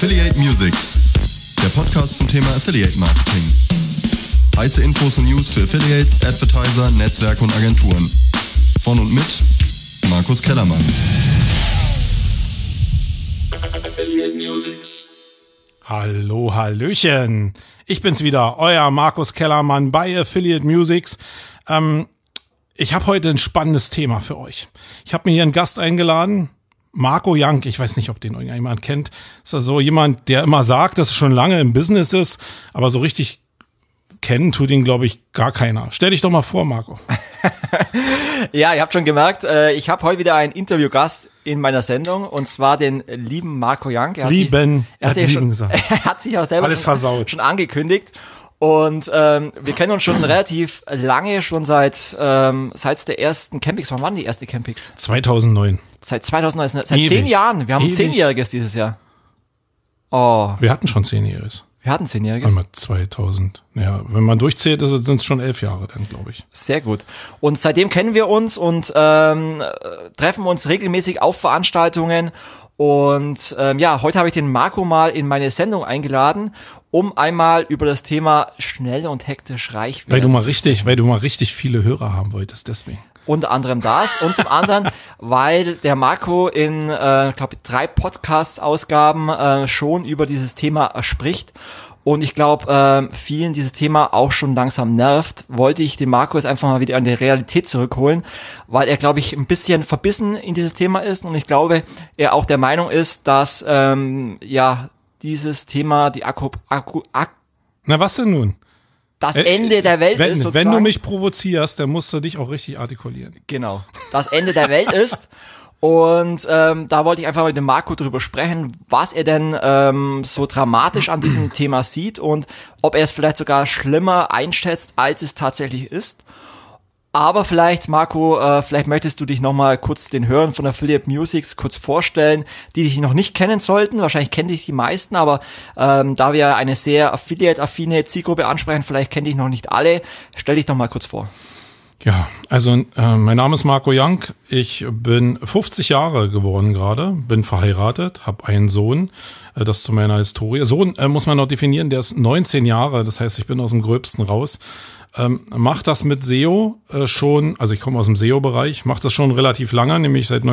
Affiliate Musics, der Podcast zum Thema Affiliate Marketing. Heiße Infos und News für Affiliates, Advertiser, Netzwerke und Agenturen. Von und mit Markus Kellermann. Affiliate Musics. Hallo, hallöchen. Ich bin's wieder, euer Markus Kellermann bei Affiliate Musics. Ich habe heute ein spannendes Thema für euch. Ich habe mir hier einen Gast eingeladen, Marco Young. Ich weiß nicht, ob den irgendjemand kennt. Ist also jemand, der immer sagt, dass er schon lange im Business ist, aber so richtig kennen tut ihn, glaube ich, gar keiner. Stell dich doch mal vor, Marco. Ja, ihr habt schon gemerkt, ich habe heute wieder einen Interviewgast in meiner Sendung, und zwar den lieben Marco Young. Er hat sich auch selber schon angekündigt. Und wir kennen uns schon relativ lange, schon seit der ersten Campings. Wann waren die erste Campings? 2009. Seit 2009, seit 10 Jahren. Wir haben ein 10-Jähriges dieses Jahr. Oh. Wir hatten schon 10-Jähriges. Wir hatten 10-Jähriges. 2000. Ja, wenn man durchzählt, sind es schon 11 Jahre dann, glaube ich. Sehr gut. Und seitdem kennen wir uns und treffen uns regelmäßig auf Veranstaltungen. Und heute habe ich den Marco mal in meine Sendung eingeladen, um einmal über das Thema schnell und hektisch reich werden. Weil du mal richtig viele Hörer haben wolltest, deswegen. Unter anderem das und zum anderen, weil der Marco in, 3 Podcast-Ausgaben schon über dieses Thema spricht. Und ich glaube, vielen dieses Thema auch schon langsam nervt, wollte ich den Marco jetzt einfach mal wieder an die Realität zurückholen, weil er, glaube ich, ein bisschen verbissen in dieses Thema ist und ich glaube, er auch der Meinung ist, dass dieses Thema, Na, was denn nun? Das Ende der Welt ist sozusagen. Wenn du mich provozierst, dann musst du dich auch richtig artikulieren. Genau, das Ende der Welt ist. Und da wollte ich einfach mit dem Marco drüber sprechen, was er denn so dramatisch an diesem Thema sieht und ob er es vielleicht sogar schlimmer einschätzt, als es tatsächlich ist. Aber vielleicht, Marco, vielleicht möchtest du dich nochmal kurz den Hörern von Affiliate Musics kurz vorstellen, die dich noch nicht kennen sollten. Wahrscheinlich kennen dich die meisten, aber da wir eine sehr Affiliate-affine Zielgruppe ansprechen, vielleicht kennen dich noch nicht alle. Stell dich doch mal kurz vor. Ja, also mein Name ist Marco Young. Ich bin 50 Jahre geworden gerade, bin verheiratet, habe einen Sohn, das zu meiner Historie. Sohn muss man noch definieren, der ist 19 Jahre, das heißt, ich bin aus dem Gröbsten raus. Mach das mit SEO schon, also ich komme aus dem SEO-Bereich, mache das schon relativ lange, nämlich seit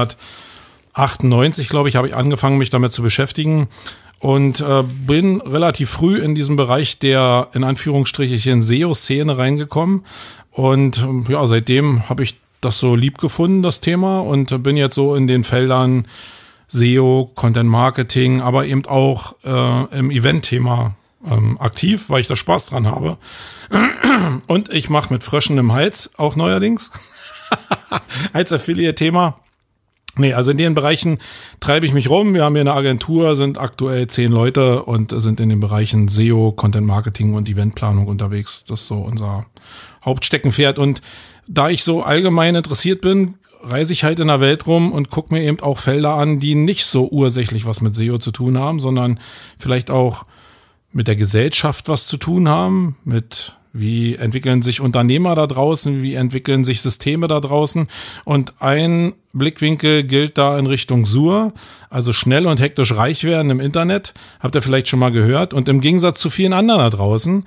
1998, glaube ich, habe ich angefangen, mich damit zu beschäftigen und bin relativ früh in diesem Bereich der, in Anführungsstrichen, SEO-Szene reingekommen und ja, seitdem habe ich das so lieb gefunden, das Thema, und bin jetzt so in den Feldern SEO, Content Marketing, aber eben auch im Event-Thema aktiv, weil ich da Spaß dran habe. Und ich mache mit Fröschen im Hals auch neuerdings als Affiliate-Thema. Nee, also in den Bereichen treibe ich mich rum. Wir haben hier eine Agentur, sind aktuell 10 Leute und sind in den Bereichen SEO, Content Marketing und Eventplanung unterwegs. Das ist so unser Hauptsteckenpferd. Und da ich so allgemein interessiert bin, reise ich halt in der Welt rum und gucke mir eben auch Felder an, die nicht so ursächlich was mit SEO zu tun haben, sondern vielleicht auch mit der Gesellschaft was zu tun haben, mit wie entwickeln sich Unternehmer da draußen, wie entwickeln sich Systeme da draußen. Und ein Blickwinkel gilt da in Richtung SUR, also schnell und hektisch reich werden im Internet, habt ihr vielleicht schon mal gehört. Und im Gegensatz zu vielen anderen da draußen,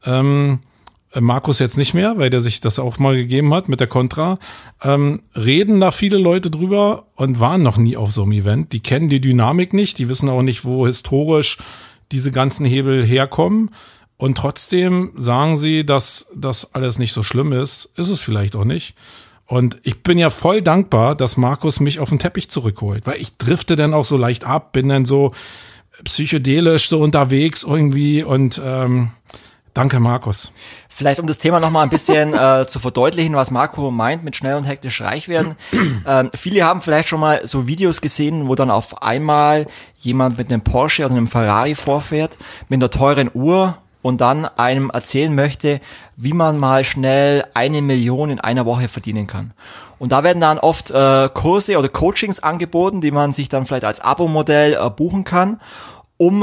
Markus jetzt nicht mehr, weil der sich das auch mal gegeben hat mit der Contra, reden da viele Leute drüber und waren noch nie auf so einem Event. Die kennen die Dynamik nicht, die wissen auch nicht, wo historisch diese ganzen Hebel herkommen, und trotzdem sagen sie, dass das alles nicht so schlimm ist. Ist es vielleicht auch nicht. Und ich bin ja voll dankbar, dass Markus mich auf den Teppich zurückholt, weil ich drifte dann auch so leicht ab, bin dann so psychedelisch so unterwegs irgendwie und danke, Markus. Vielleicht, um das Thema nochmal ein bisschen zu verdeutlichen, was Marco meint mit schnell und hektisch reich werden. Viele haben vielleicht schon mal so Videos gesehen, wo dann auf einmal jemand mit einem Porsche oder einem Ferrari vorfährt, mit einer teuren Uhr, und dann einem erzählen möchte, wie man mal schnell 1 Million in einer Woche verdienen kann. Und da werden dann oft Kurse oder Coachings angeboten, die man sich dann vielleicht als Abo-Modell buchen kann, um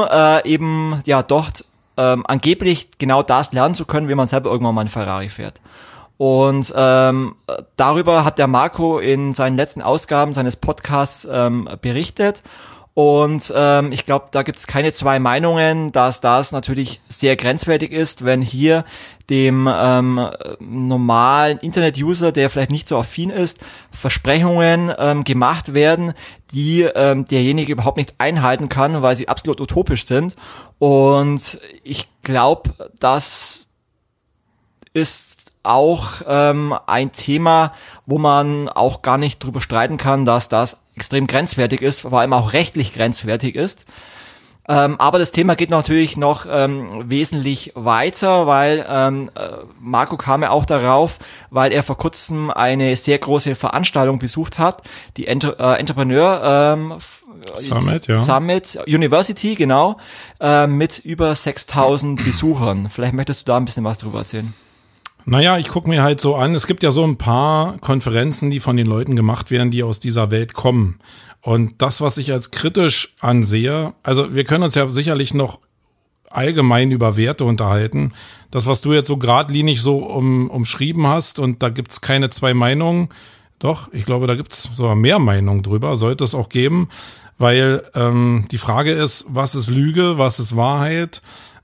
dort angeblich genau das lernen zu können, wie man selber irgendwann mal einen Ferrari fährt. Und darüber hat der Marco in seinen letzten Ausgaben seines Podcasts berichtet. Und ich glaube, da gibt es keine zwei Meinungen, dass das natürlich sehr grenzwertig ist, wenn hier dem normalen Internet-User, der vielleicht nicht so affin ist, Versprechungen gemacht werden, die derjenige überhaupt nicht einhalten kann, weil sie absolut utopisch sind. Und ich glaube, das ist auch ein Thema, wo man auch gar nicht drüber streiten kann, dass das extrem grenzwertig ist, vor allem auch rechtlich grenzwertig ist. Aber das Thema geht natürlich noch wesentlich weiter, weil Marco kam ja auch darauf, weil er vor kurzem eine sehr große Veranstaltung besucht hat, die Entrepreneur Summit, ja. Summit University, genau, mit über 6.000 Besuchern. Vielleicht möchtest du da ein bisschen was drüber erzählen. Naja, ich gucke mir halt so an, es gibt ja so ein paar Konferenzen, die von den Leuten gemacht werden, die aus dieser Welt kommen. Und das, was ich als kritisch ansehe, also wir können uns ja sicherlich noch allgemein über Werte unterhalten. Das, was du jetzt so geradlinig so umschrieben hast, und da gibt's keine zwei Meinungen. Doch, ich glaube, da gibt's sogar mehr Meinungen drüber, sollte es auch geben, weil die Frage ist, was ist Lüge, was ist Wahrheit?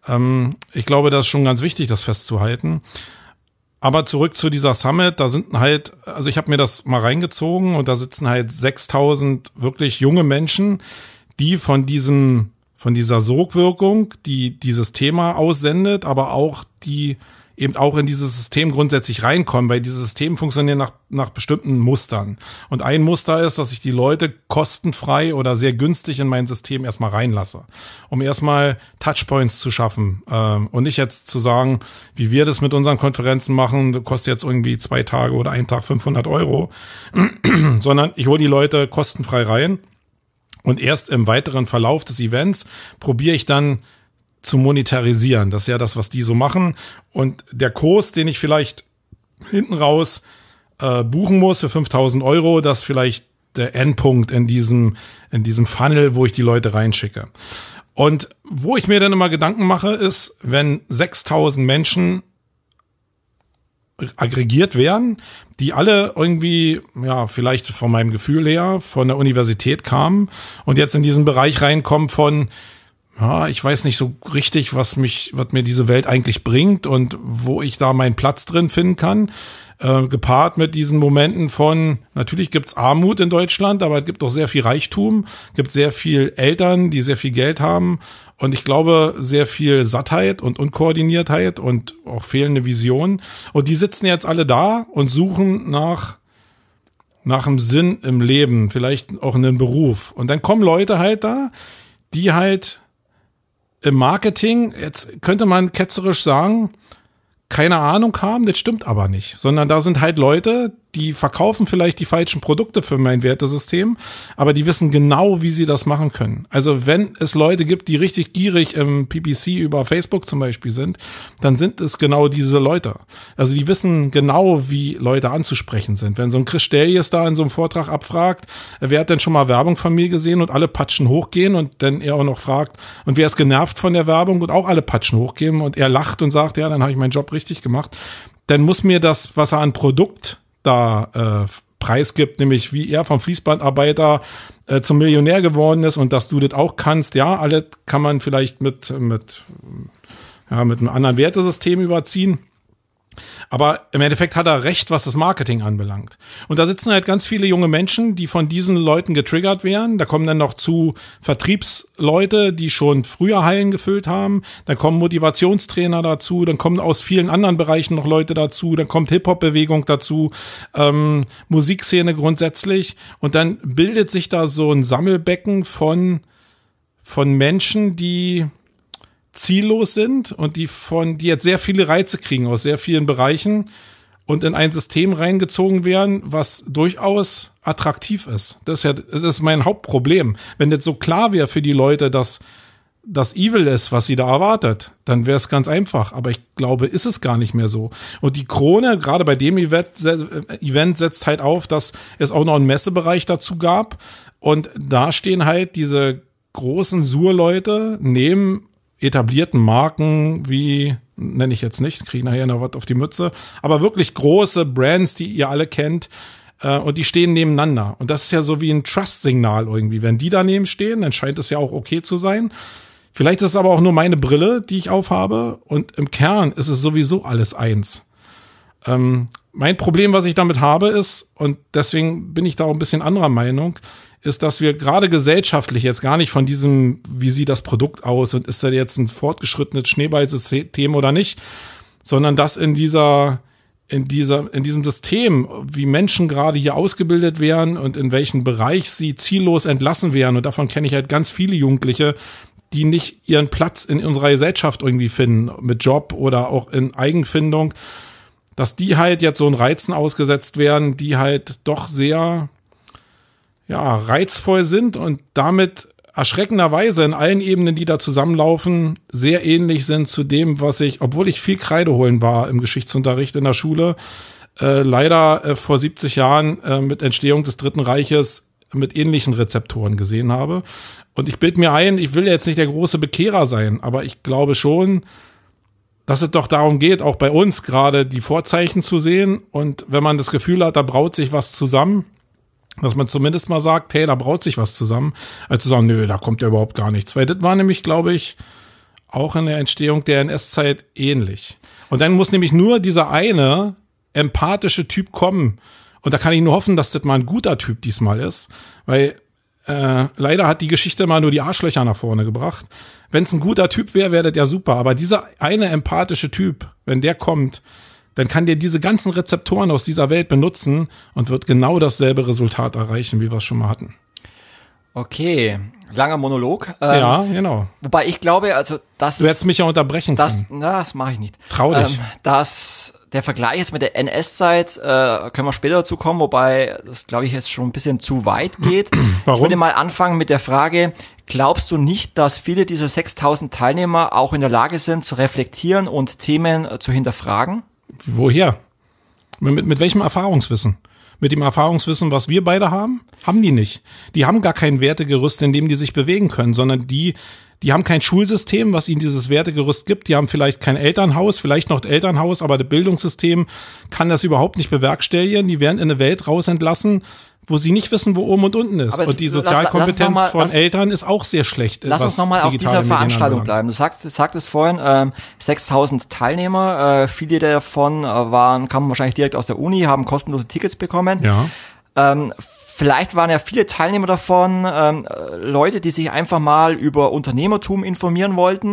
Ich glaube, das ist schon ganz wichtig, das festzuhalten. Aber zurück zu dieser Summit, da sind halt, also ich habe mir das mal reingezogen und da sitzen halt 6.000 wirklich junge Menschen, die von dieser Sogwirkung, die dieses Thema aussendet, aber auch die eben auch in dieses System grundsätzlich reinkommen, weil diese Systeme funktionieren nach bestimmten Mustern. Und ein Muster ist, dass ich die Leute kostenfrei oder sehr günstig in mein System erstmal reinlasse, um erstmal Touchpoints zu schaffen und nicht jetzt zu sagen, wie wir das mit unseren Konferenzen machen, das kostet jetzt irgendwie 2 Tage oder 1 Tag 500 €, sondern ich hole die Leute kostenfrei rein und erst im weiteren Verlauf des Events probiere ich dann zu monetarisieren. Das ist ja das, was die so machen. Und der Kurs, den ich vielleicht hinten raus buchen muss für 5.000 €, das ist vielleicht der Endpunkt in diesem Funnel, wo ich die Leute reinschicke. Und wo ich mir dann immer Gedanken mache, ist, wenn 6.000 Menschen aggregiert werden, die alle irgendwie, ja, vielleicht von meinem Gefühl her von der Universität kamen und jetzt in diesen Bereich reinkommen von, ja, ich weiß nicht so richtig, was mir diese Welt eigentlich bringt und wo ich da meinen Platz drin finden kann. Gepaart mit diesen Momenten von, natürlich gibt's Armut in Deutschland, aber es gibt auch sehr viel Reichtum, gibt sehr viel Eltern, die sehr viel Geld haben und ich glaube sehr viel Sattheit und Unkoordiniertheit und auch fehlende Vision. Und die sitzen jetzt alle da und suchen nach einem Sinn im Leben, vielleicht auch einen Beruf. Und dann kommen Leute halt da, die halt im Marketing, jetzt könnte man ketzerisch sagen, keine Ahnung haben, das stimmt aber nicht, sondern da sind halt Leute, die verkaufen vielleicht die falschen Produkte für mein Wertesystem, aber die wissen genau, wie sie das machen können. Also wenn es Leute gibt, die richtig gierig im PPC über Facebook zum Beispiel sind, dann sind es genau diese Leute. Also die wissen genau, wie Leute anzusprechen sind. Wenn so ein Chris Stellies da in so einem Vortrag abfragt, wer hat denn schon mal Werbung von mir gesehen und alle Patschen hochgehen und dann er auch noch fragt, und wer ist genervt von der Werbung und auch alle Patschen hochgehen und er lacht und sagt, ja, dann habe ich meinen Job richtig gemacht, dann muss mir das, was er an Produkt da preisgibt, nämlich wie er vom Fließbandarbeiter zum Millionär geworden ist und dass du das auch kannst, ja, alles kann man vielleicht mit einem anderen Wertesystem überziehen. Aber im Endeffekt hat er recht, was das Marketing anbelangt. Und da sitzen halt ganz viele junge Menschen, die von diesen Leuten getriggert werden. Da kommen dann noch zu Vertriebsleute, die schon früher Hallen gefüllt haben. Dann kommen Motivationstrainer dazu. Dann kommen aus vielen anderen Bereichen noch Leute dazu. Dann kommt Hip-Hop-Bewegung dazu, Musikszene grundsätzlich. Und dann bildet sich da so ein Sammelbecken von Menschen, die ziellos sind und die jetzt sehr viele Reize kriegen aus sehr vielen Bereichen und in ein System reingezogen werden, was durchaus attraktiv ist. Das ist mein Hauptproblem. Wenn das so klar wäre für die Leute, dass das Evil ist, was sie da erwartet, dann wäre es ganz einfach. Aber ich glaube, ist es gar nicht mehr so. Und die Krone, gerade bei dem Event setzt halt auf, dass es auch noch einen Messebereich dazu gab. Und da stehen halt diese großen Sur-Leute neben etablierten Marken wie, nenne ich jetzt nicht, kriege nachher noch was auf die Mütze, aber wirklich große Brands, die ihr alle kennt, und die stehen nebeneinander. Und das ist ja so wie ein Trust-Signal irgendwie. Wenn die daneben stehen, dann scheint es ja auch okay zu sein. Vielleicht ist es aber auch nur meine Brille, die ich aufhabe. Und im Kern ist es sowieso alles eins. Mein Problem, was ich damit habe, ist, und deswegen bin ich da auch ein bisschen anderer Meinung, ist, dass wir gerade gesellschaftlich jetzt gar nicht von diesem, wie sieht das Produkt aus und ist da jetzt ein fortgeschrittenes Schneeballsystem oder nicht, sondern dass in diesem System, wie Menschen gerade hier ausgebildet werden und in welchem Bereich sie ziellos entlassen werden, und davon kenne ich halt ganz viele Jugendliche, die nicht ihren Platz in unserer Gesellschaft irgendwie finden, mit Job oder auch in Eigenfindung, dass die halt jetzt so einen Reizen ausgesetzt werden, die halt doch sehr, ja, reizvoll sind und damit erschreckenderweise in allen Ebenen, die da zusammenlaufen, sehr ähnlich sind zu dem, was ich, obwohl ich viel Kreide holen war im Geschichtsunterricht in der Schule, leider vor 70 Jahren mit Entstehung des Dritten Reiches mit ähnlichen Rezeptoren gesehen habe. Und ich bilde mir ein, ich will jetzt nicht der große Bekehrer sein, aber ich glaube schon, dass es doch darum geht, auch bei uns gerade die Vorzeichen zu sehen. Und wenn man das Gefühl hat, da braut sich was zusammen, dass man zumindest mal sagt, hey, da braut sich was zusammen, als zu sagen, nö, da kommt ja überhaupt gar nichts. Weil das war nämlich, glaube ich, auch in der Entstehung der NS-Zeit ähnlich. Und dann muss nämlich nur dieser eine empathische Typ kommen. Und da kann ich nur hoffen, dass das mal ein guter Typ diesmal ist, weil leider hat die Geschichte mal nur die Arschlöcher nach vorne gebracht. Wenn es ein guter Typ wäre, wäre das ja super. Aber dieser eine empathische Typ, wenn der kommt, dann kann der diese ganzen Rezeptoren aus dieser Welt benutzen und wird genau dasselbe Resultat erreichen, wie wir es schon mal hatten. Okay, langer Monolog. Ja, genau. Wobei ich glaube, also das Du hättest mich ja unterbrechen können. Das mache ich nicht. Trau dich. Der Vergleich jetzt mit der NS-Zeit, können wir später dazu kommen, wobei das, glaube ich, jetzt schon ein bisschen zu weit geht. Warum? Ich würde mal anfangen mit der Frage, glaubst du nicht, dass viele dieser 6.000 Teilnehmer auch in der Lage sind, zu reflektieren und Themen zu hinterfragen? Woher? Mit welchem Erfahrungswissen? Mit dem Erfahrungswissen, was wir beide haben? Haben die nicht. Die haben gar kein Wertegerüst, in dem die sich bewegen können, sondern die haben kein Schulsystem, was ihnen dieses Wertegerüst gibt. Die haben vielleicht kein Elternhaus, vielleicht noch Elternhaus, aber das Bildungssystem kann das überhaupt nicht bewerkstelligen. Die werden in eine Welt rausentlassen, wo sie nicht wissen, wo oben und unten ist. Und die Sozialkompetenz von Eltern ist auch sehr schlecht. Lass uns nochmal auf dieser Veranstaltung bleiben. Du sagtest vorhin, 6.000 Teilnehmer, viele davon kamen wahrscheinlich direkt aus der Uni, haben kostenlose Tickets bekommen. Ja. Vielleicht waren ja viele Teilnehmer davon Leute, die sich einfach mal über Unternehmertum informieren wollten,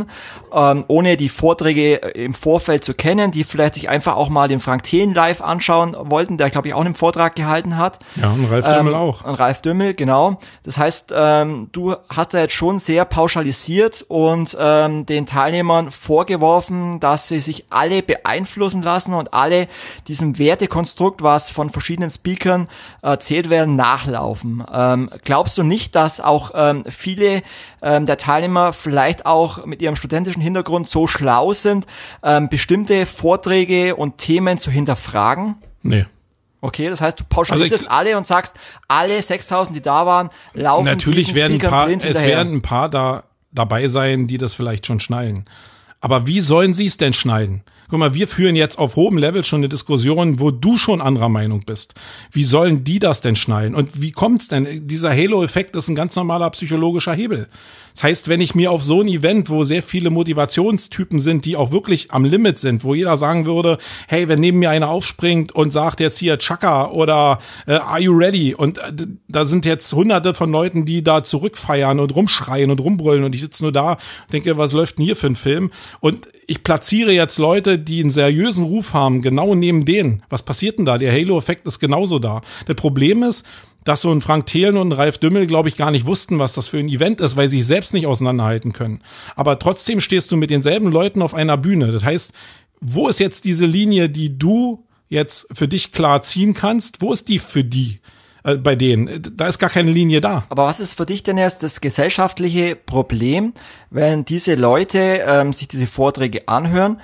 ohne die Vorträge im Vorfeld zu kennen, die vielleicht sich einfach auch mal den Frank Thelen live anschauen wollten, der, glaube ich, auch einen Vortrag gehalten hat. Ja, und Ralf Dümmel auch. Und Ralf Dümmel, genau. Das heißt, du hast da jetzt schon sehr pauschalisiert und den Teilnehmern vorgeworfen, dass sie sich alle beeinflussen lassen und alle diesem Wertekonstrukt, was von verschiedenen Speakern erzählt werden, nachlaufen. Glaubst du nicht, dass auch viele der Teilnehmer vielleicht auch mit ihrem studentischen Hintergrund so schlau sind, bestimmte Vorträge und Themen zu hinterfragen? Nee. Okay, das heißt, du pauschalisierst alle und sagst, alle 6.000, die da waren, laufen natürlich diesen Speakern blind hinterher. Es werden ein paar dabei sein, die das vielleicht schon schnallen. Aber wie sollen sie es denn schnallen? Guck mal, wir führen jetzt auf hohem Level schon eine Diskussion, wo du schon anderer Meinung bist. Wie sollen die das denn schnallen? Und wie kommt's denn? Dieser Halo-Effekt ist ein ganz normaler psychologischer Hebel. Das heißt, wenn ich mir auf so ein Event, wo sehr viele Motivationstypen sind, die auch wirklich am Limit sind, wo jeder sagen würde, hey, wenn neben mir einer aufspringt und sagt jetzt hier Chaka oder Are you ready? Und da sind jetzt hunderte von Leuten, die da zurückfeiern und rumschreien und rumbrüllen und ich sitze nur da und denke, was läuft denn hier für ein Film? Und ich platziere jetzt Leute, die einen seriösen Ruf haben, genau neben denen. Was passiert denn da? Der Halo-Effekt ist genauso da. Das Problem ist, dass so ein Frank Thelen und ein Ralf Dümmel, glaube ich, gar nicht wussten, was das für ein Event ist, weil sie sich selbst nicht auseinanderhalten können. Aber trotzdem stehst du mit denselben Leuten auf einer Bühne. Das heißt, wo ist jetzt diese Linie, die du jetzt für dich klar ziehen kannst? Wo ist die für die? Bei denen. Da ist gar keine Linie da. Aber was ist für dich denn jetzt das gesellschaftliche Problem, wenn diese Leute sich diese Vorträge anhören?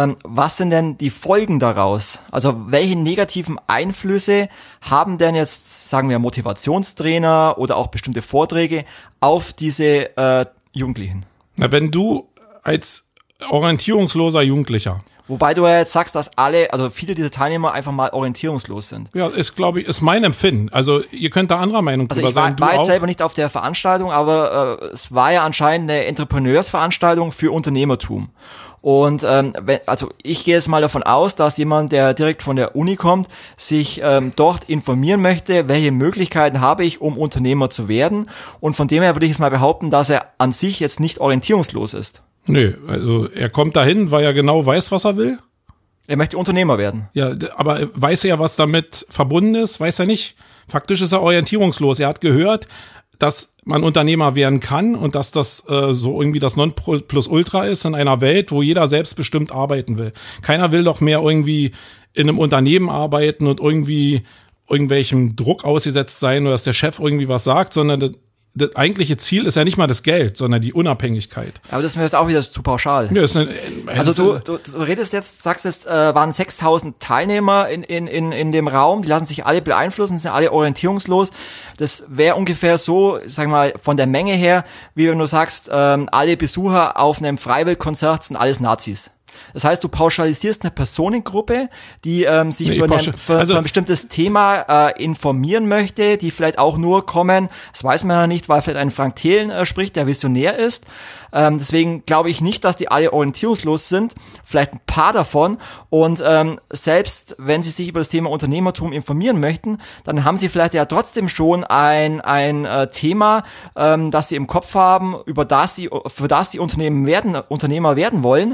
Was sind denn die Folgen daraus? Also welche negativen Einflüsse haben denn jetzt, sagen wir, Motivationstrainer oder auch bestimmte Vorträge auf diese Jugendlichen? Na, wenn du als orientierungsloser Jugendlicher Wobei du ja jetzt sagst, dass viele dieser Teilnehmer einfach mal orientierungslos sind. Ja, glaube ich, ist mein Empfinden. Also ihr könnt da anderer Meinung drüber sein. Ich war jetzt selber nicht auf der Veranstaltung, aber es war ja anscheinend eine Entrepreneursveranstaltung für Unternehmertum. Und ich gehe jetzt mal davon aus, dass jemand, der direkt von der Uni kommt, sich dort informieren möchte, welche Möglichkeiten habe ich, um Unternehmer zu werden. Und von dem her würde ich jetzt mal behaupten, dass er an sich jetzt nicht orientierungslos ist. Nö, also er kommt dahin, weil er genau weiß, was er will. Er möchte Unternehmer werden. Ja, aber weiß er, was damit verbunden ist? Weiß er nicht. Faktisch ist er orientierungslos. Er hat gehört, dass man Unternehmer werden kann und dass das so irgendwie das Nonplusultra ist in einer Welt, wo jeder selbstbestimmt arbeiten will. Keiner will doch mehr irgendwie in einem Unternehmen arbeiten und irgendwie irgendwelchem Druck ausgesetzt sein oder dass der Chef irgendwie was sagt, sondern das eigentliche Ziel ist ja nicht mal das Geld, sondern die Unabhängigkeit. Aber das ist mir jetzt auch wieder zu pauschal. Ja, also du redest jetzt, sagst jetzt, waren 6.000 Teilnehmer in dem Raum, die lassen sich alle beeinflussen, sind alle orientierungslos. Das wäre ungefähr so, sag mal, von der Menge her, wie wenn du sagst, alle Besucher auf einem Freiwilligkonzert sind alles Nazis. Das heißt, du pauschalisierst eine Personengruppe, die sich für ein bestimmtes Thema informieren möchte, die vielleicht auch nur kommen, das weiß man ja nicht, weil vielleicht ein Frank Thelen spricht, der visionär ist. Deswegen glaube ich nicht, dass die alle orientierungslos sind, vielleicht ein paar davon. Und selbst wenn sie sich über das Thema Unternehmertum informieren möchten, dann haben sie vielleicht ja trotzdem schon ein Thema, das sie im Kopf haben, für das sie Unternehmer werden wollen.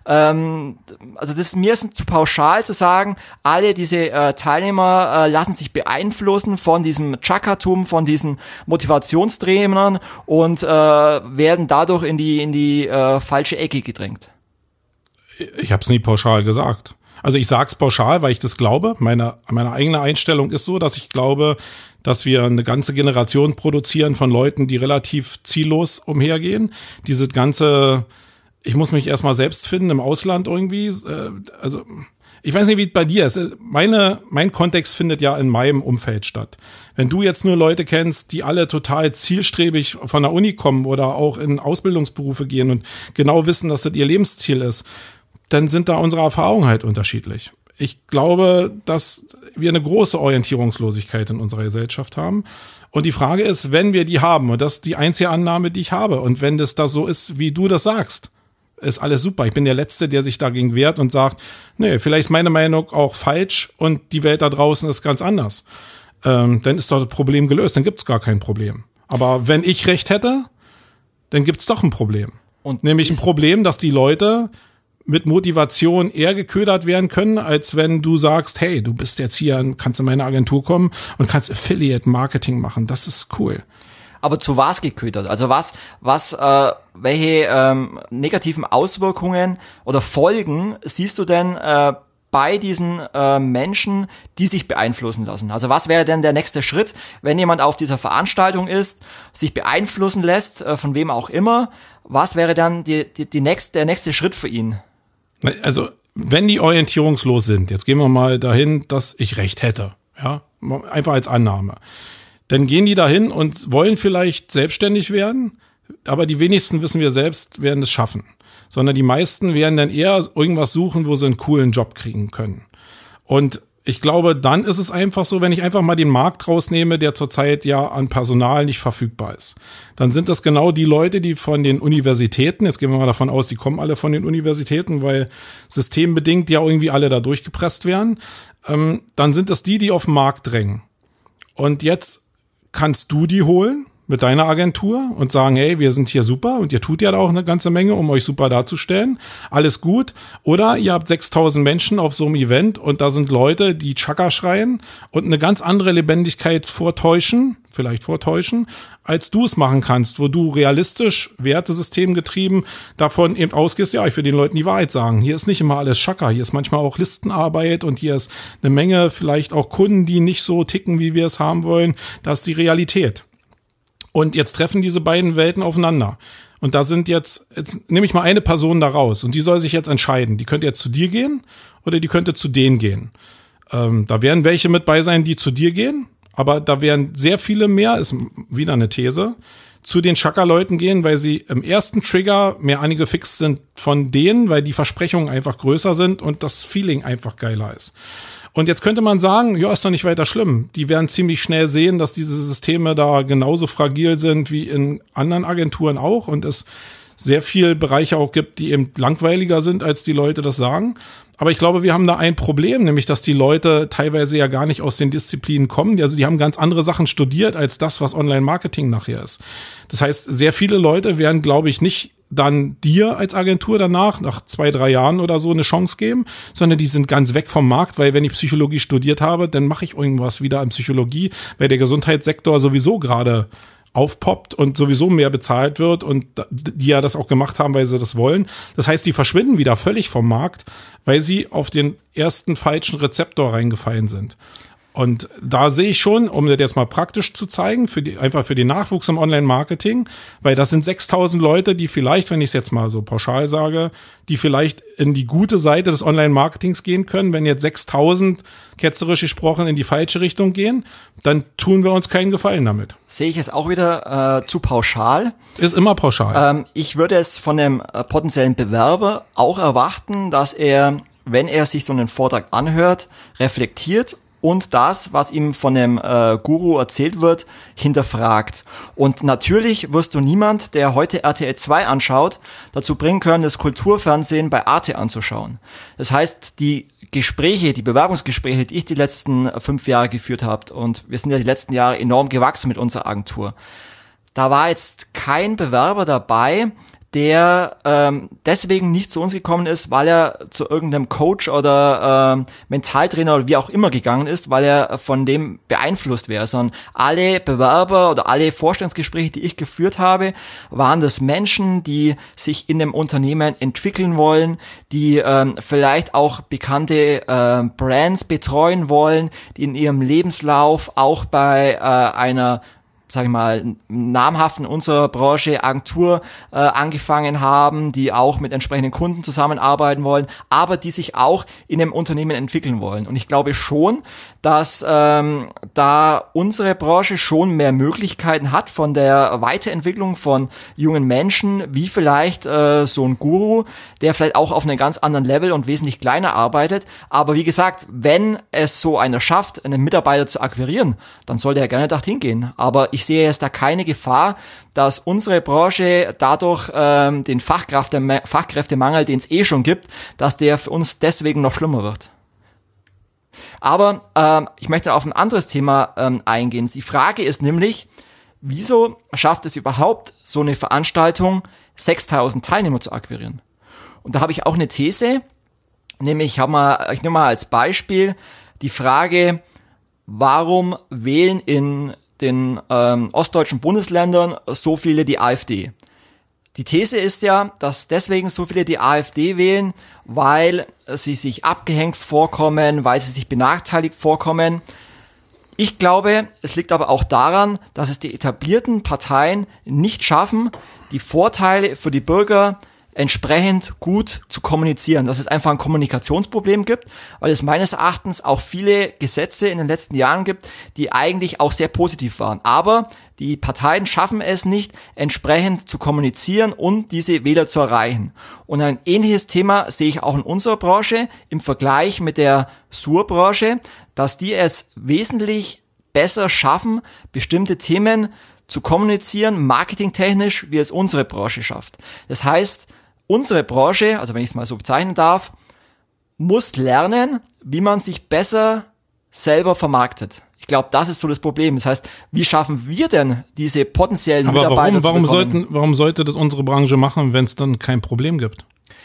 Also das ist mir zu pauschal zu sagen, alle diese Teilnehmer lassen sich beeinflussen von diesem Chakatum, von diesen Motivationstrainern und werden dadurch in die falsche Ecke gedrängt. Ich habe es nie pauschal gesagt. Also ich sage es pauschal, weil ich das glaube. Meine eigene Einstellung ist so, dass ich glaube, dass wir eine ganze Generation produzieren von Leuten, die relativ ziellos umhergehen. Diese ganze, ich muss mich erstmal selbst finden im Ausland irgendwie. Also ich weiß nicht, wie es bei dir ist. Mein Kontext findet ja in meinem Umfeld statt. Wenn du jetzt nur Leute kennst, die alle total zielstrebig von der Uni kommen oder auch in Ausbildungsberufe gehen und genau wissen, dass das ihr Lebensziel ist, dann sind da unsere Erfahrungen halt unterschiedlich. Ich glaube, dass wir eine große Orientierungslosigkeit in unserer Gesellschaft haben. Und die Frage ist, wenn wir die haben, und das ist die einzige Annahme, die ich habe, und wenn das da so ist, wie du das sagst, ist alles super. Ich bin der Letzte, der sich dagegen wehrt und sagt, nee, vielleicht ist meine Meinung auch falsch und die Welt da draußen ist ganz anders. Dann ist doch das Problem gelöst, dann gibt's gar kein Problem. Aber wenn ich recht hätte, dann gibt's doch ein Problem. Und nämlich ein Problem, dass die Leute mit Motivation eher geködert werden können, als wenn du sagst, hey, du bist jetzt hier, kannst in meine Agentur kommen und kannst Affiliate-Marketing machen. Das ist cool. Aber zu was geködert? Also welche negativen Auswirkungen oder Folgen siehst du denn bei diesen Menschen, die sich beeinflussen lassen? Also was wäre denn der nächste Schritt, wenn jemand auf dieser Veranstaltung ist, sich beeinflussen lässt, von wem auch immer? Was wäre dann der nächste Schritt für ihn? Also wenn die orientierungslos sind, jetzt gehen wir mal dahin, dass ich recht hätte, ja, einfach als Annahme. Dann gehen die dahin und wollen vielleicht selbstständig werden, aber die wenigsten, wissen wir selbst, werden es schaffen. Sondern die meisten werden dann eher irgendwas suchen, wo sie einen coolen Job kriegen können. Und ich glaube, dann ist es einfach so, wenn ich einfach mal den Markt rausnehme, der zurzeit ja an Personal nicht verfügbar ist. Dann sind das genau die Leute, die von den Universitäten, jetzt gehen wir mal davon aus, die kommen alle von den Universitäten, weil systembedingt ja irgendwie alle da durchgepresst werden. Dann sind das die auf den Markt drängen. Und jetzt kannst du die holen mit deiner Agentur und sagen, hey, wir sind hier super und ihr tut ja da auch eine ganze Menge, um euch super darzustellen. Alles gut. Oder ihr habt 6.000 Menschen auf so einem Event und da sind Leute, die Chaka schreien und eine ganz andere Lebendigkeit vortäuschen, als du es machen kannst, wo du realistisch, wertesystemgetrieben davon eben ausgehst, ja, ich will den Leuten die Wahrheit sagen. Hier ist nicht immer alles Chaka, hier ist manchmal auch Listenarbeit und hier ist eine Menge vielleicht auch Kunden, die nicht so ticken, wie wir es haben wollen. Das ist die Realität. Und jetzt treffen diese beiden Welten aufeinander. Und da sind jetzt nehme ich mal eine Person da raus und die soll sich jetzt entscheiden. Die könnte jetzt zu dir gehen oder die könnte zu denen gehen. Da werden welche mit bei sein, die zu dir gehen, aber da werden sehr viele mehr, ist wieder eine These, zu den Chakra-Leuten gehen, weil sie im ersten Trigger mehr angefixt sind von denen, weil die Versprechungen einfach größer sind und das Feeling einfach geiler ist. Und jetzt könnte man sagen, ja, ist doch nicht weiter schlimm. Die werden ziemlich schnell sehen, dass diese Systeme da genauso fragil sind wie in anderen Agenturen auch und es sehr viel Bereiche auch gibt, die eben langweiliger sind, als die Leute das sagen. Aber ich glaube, wir haben da ein Problem, nämlich, dass die Leute teilweise ja gar nicht aus den Disziplinen kommen. Also die haben ganz andere Sachen studiert als das, was Online-Marketing nachher ist. Das heißt, sehr viele Leute werden, glaube ich, nicht dann dir als Agentur danach, nach 2-3 Jahren oder so, eine Chance geben, sondern die sind ganz weg vom Markt, weil wenn ich Psychologie studiert habe, dann mache ich irgendwas wieder in Psychologie, weil der Gesundheitssektor sowieso gerade aufpoppt und sowieso mehr bezahlt wird und die ja das auch gemacht haben, weil sie das wollen. Das heißt, die verschwinden wieder völlig vom Markt, weil sie auf den ersten falschen Rezeptor reingefallen sind. Und da sehe ich schon, um das jetzt mal praktisch zu zeigen, einfach für den Nachwuchs im Online-Marketing, weil das sind 6.000 Leute, die vielleicht, wenn ich es jetzt mal so pauschal sage, die vielleicht in die gute Seite des Online-Marketings gehen können. Wenn jetzt 6.000, ketzerisch gesprochen, in die falsche Richtung gehen, dann tun wir uns keinen Gefallen damit. Sehe ich es auch wieder zu pauschal. Ist immer pauschal. Ich würde es von dem potenziellen Bewerber auch erwarten, dass er, wenn er sich so einen Vortrag anhört, reflektiert und das, was ihm von dem Guru erzählt wird, hinterfragt. Und natürlich wirst du niemand, der heute RTL 2 anschaut, dazu bringen können, das Kulturfernsehen bei Arte anzuschauen. Das heißt, die Gespräche, die Bewerbungsgespräche, die ich die letzten 5 Jahre geführt habe, und wir sind ja die letzten Jahre enorm gewachsen mit unserer Agentur, da war jetzt kein Bewerber dabei, der deswegen nicht zu uns gekommen ist, weil er zu irgendeinem Coach oder Mentaltrainer oder wie auch immer gegangen ist, weil er von dem beeinflusst wäre, sondern alle Bewerber oder alle Vorstellungsgespräche, die ich geführt habe, waren das Menschen, die sich in dem Unternehmen entwickeln wollen, die vielleicht auch bekannte Brands betreuen wollen, die in ihrem Lebenslauf auch bei einer, sag ich mal, namhaften unserer Branche Agentur angefangen haben, die auch mit entsprechenden Kunden zusammenarbeiten wollen, aber die sich auch in dem Unternehmen entwickeln wollen. Und ich glaube schon, dass da unsere Branche schon mehr Möglichkeiten hat von der Weiterentwicklung von jungen Menschen, wie vielleicht so ein Guru, der vielleicht auch auf einem ganz anderen Level und wesentlich kleiner arbeitet. Aber wie gesagt, wenn es so einer schafft, einen Mitarbeiter zu akquirieren, dann soll der gerne dorthin gehen. Aber ich sehe jetzt da keine Gefahr, dass unsere Branche dadurch den Fachkräftemangel, den es schon gibt, dass der für uns deswegen noch schlimmer wird. Aber ich möchte auf ein anderes Thema eingehen. Die Frage ist nämlich, wieso schafft es überhaupt, so eine Veranstaltung 6.000 Teilnehmer zu akquirieren? Und da habe ich auch eine These, nämlich ich nehme mal als Beispiel die Frage, warum wählen in den ostdeutschen Bundesländern so viele die AfD? Die These ist ja, dass deswegen so viele die AfD wählen, weil sie sich abgehängt vorkommen, weil sie sich benachteiligt vorkommen. Ich glaube, es liegt aber auch daran, dass es die etablierten Parteien nicht schaffen, die Vorteile für die Bürger entsprechend gut zu kommunizieren, dass es einfach ein Kommunikationsproblem gibt, weil es meines Erachtens auch viele Gesetze in den letzten Jahren gibt, die eigentlich auch sehr positiv waren. Aber die Parteien schaffen es nicht, entsprechend zu kommunizieren und diese Wähler zu erreichen. Und ein ähnliches Thema sehe ich auch in unserer Branche im Vergleich mit der SUR-Branche, dass die es wesentlich besser schaffen, bestimmte Themen zu kommunizieren, marketingtechnisch, wie es unsere Branche schafft. Das heißt, unsere Branche, also wenn ich es mal so bezeichnen darf, muss lernen, wie man sich besser selber vermarktet. Ich glaube, das ist so das Problem. Das heißt, wie schaffen wir denn diese potenziellen Mitarbeiter zu bekommen? Warum sollte das unsere Branche machen, wenn es dann kein Problem gibt?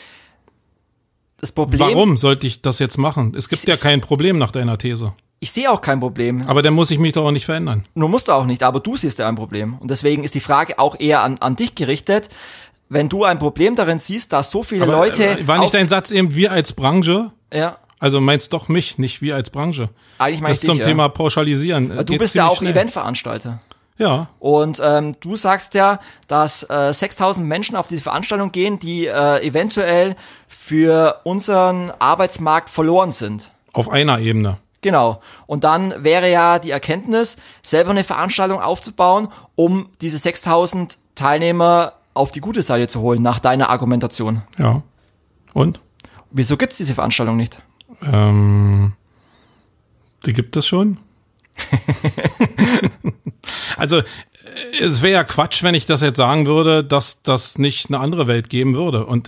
Das Problem. Warum sollte ich das jetzt machen? Es gibt ja kein Problem nach deiner These. Ich sehe auch kein Problem. Aber dann muss ich mich doch auch nicht verändern. Nur musst du auch nicht, aber du siehst ja ein Problem. Und deswegen ist die Frage auch eher an dich gerichtet. Wenn du ein Problem darin siehst, dass so viele Leute... War nicht dein Satz eben, wir als Branche? Ja. Also meinst doch mich, nicht wir als Branche. Eigentlich meine ich dich, zum Thema Pauschalisieren. Du bist ja auch Eventveranstalter. Ja. Und du sagst ja, dass 6.000 Menschen auf diese Veranstaltung gehen, die eventuell für unseren Arbeitsmarkt verloren sind. Auf einer Ebene. Genau. Und dann wäre ja die Erkenntnis, selber eine Veranstaltung aufzubauen, um diese 6.000 Teilnehmer auf die gute Seite zu holen, nach deiner Argumentation. Ja. Und? Wieso gibt's diese Veranstaltung nicht? Die gibt es schon. Also, es wäre ja Quatsch, wenn ich das jetzt sagen würde, dass das nicht eine andere Welt geben würde. Und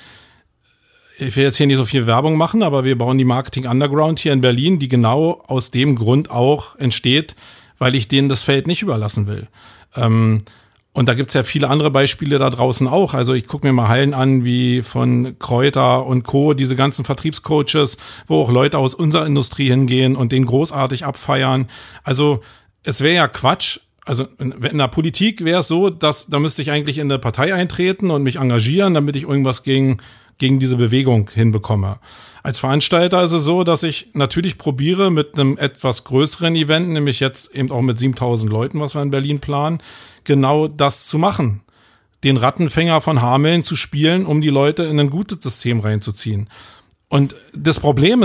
ich will jetzt hier nicht so viel Werbung machen, aber wir bauen die Marketing Underground hier in Berlin, die genau aus dem Grund auch entsteht, weil ich denen das Feld nicht überlassen will. Und da gibt's ja viele andere Beispiele da draußen auch. Also ich gucke mir mal Hallen an, wie von Kräuter und Co., diese ganzen Vertriebscoaches, wo auch Leute aus unserer Industrie hingehen und den großartig abfeiern. Also es wäre ja Quatsch. Also in der Politik wäre es so, dass da müsste ich eigentlich in eine Partei eintreten und mich engagieren, damit ich irgendwas gegen diese Bewegung hinbekomme. Als Veranstalter ist es so, dass ich natürlich probiere mit einem etwas größeren Event, nämlich jetzt eben auch mit 7.000 Leuten, was wir in Berlin planen, genau das zu machen. Den Rattenfänger von Hameln zu spielen, um die Leute in ein gutes System reinzuziehen. Und das Problem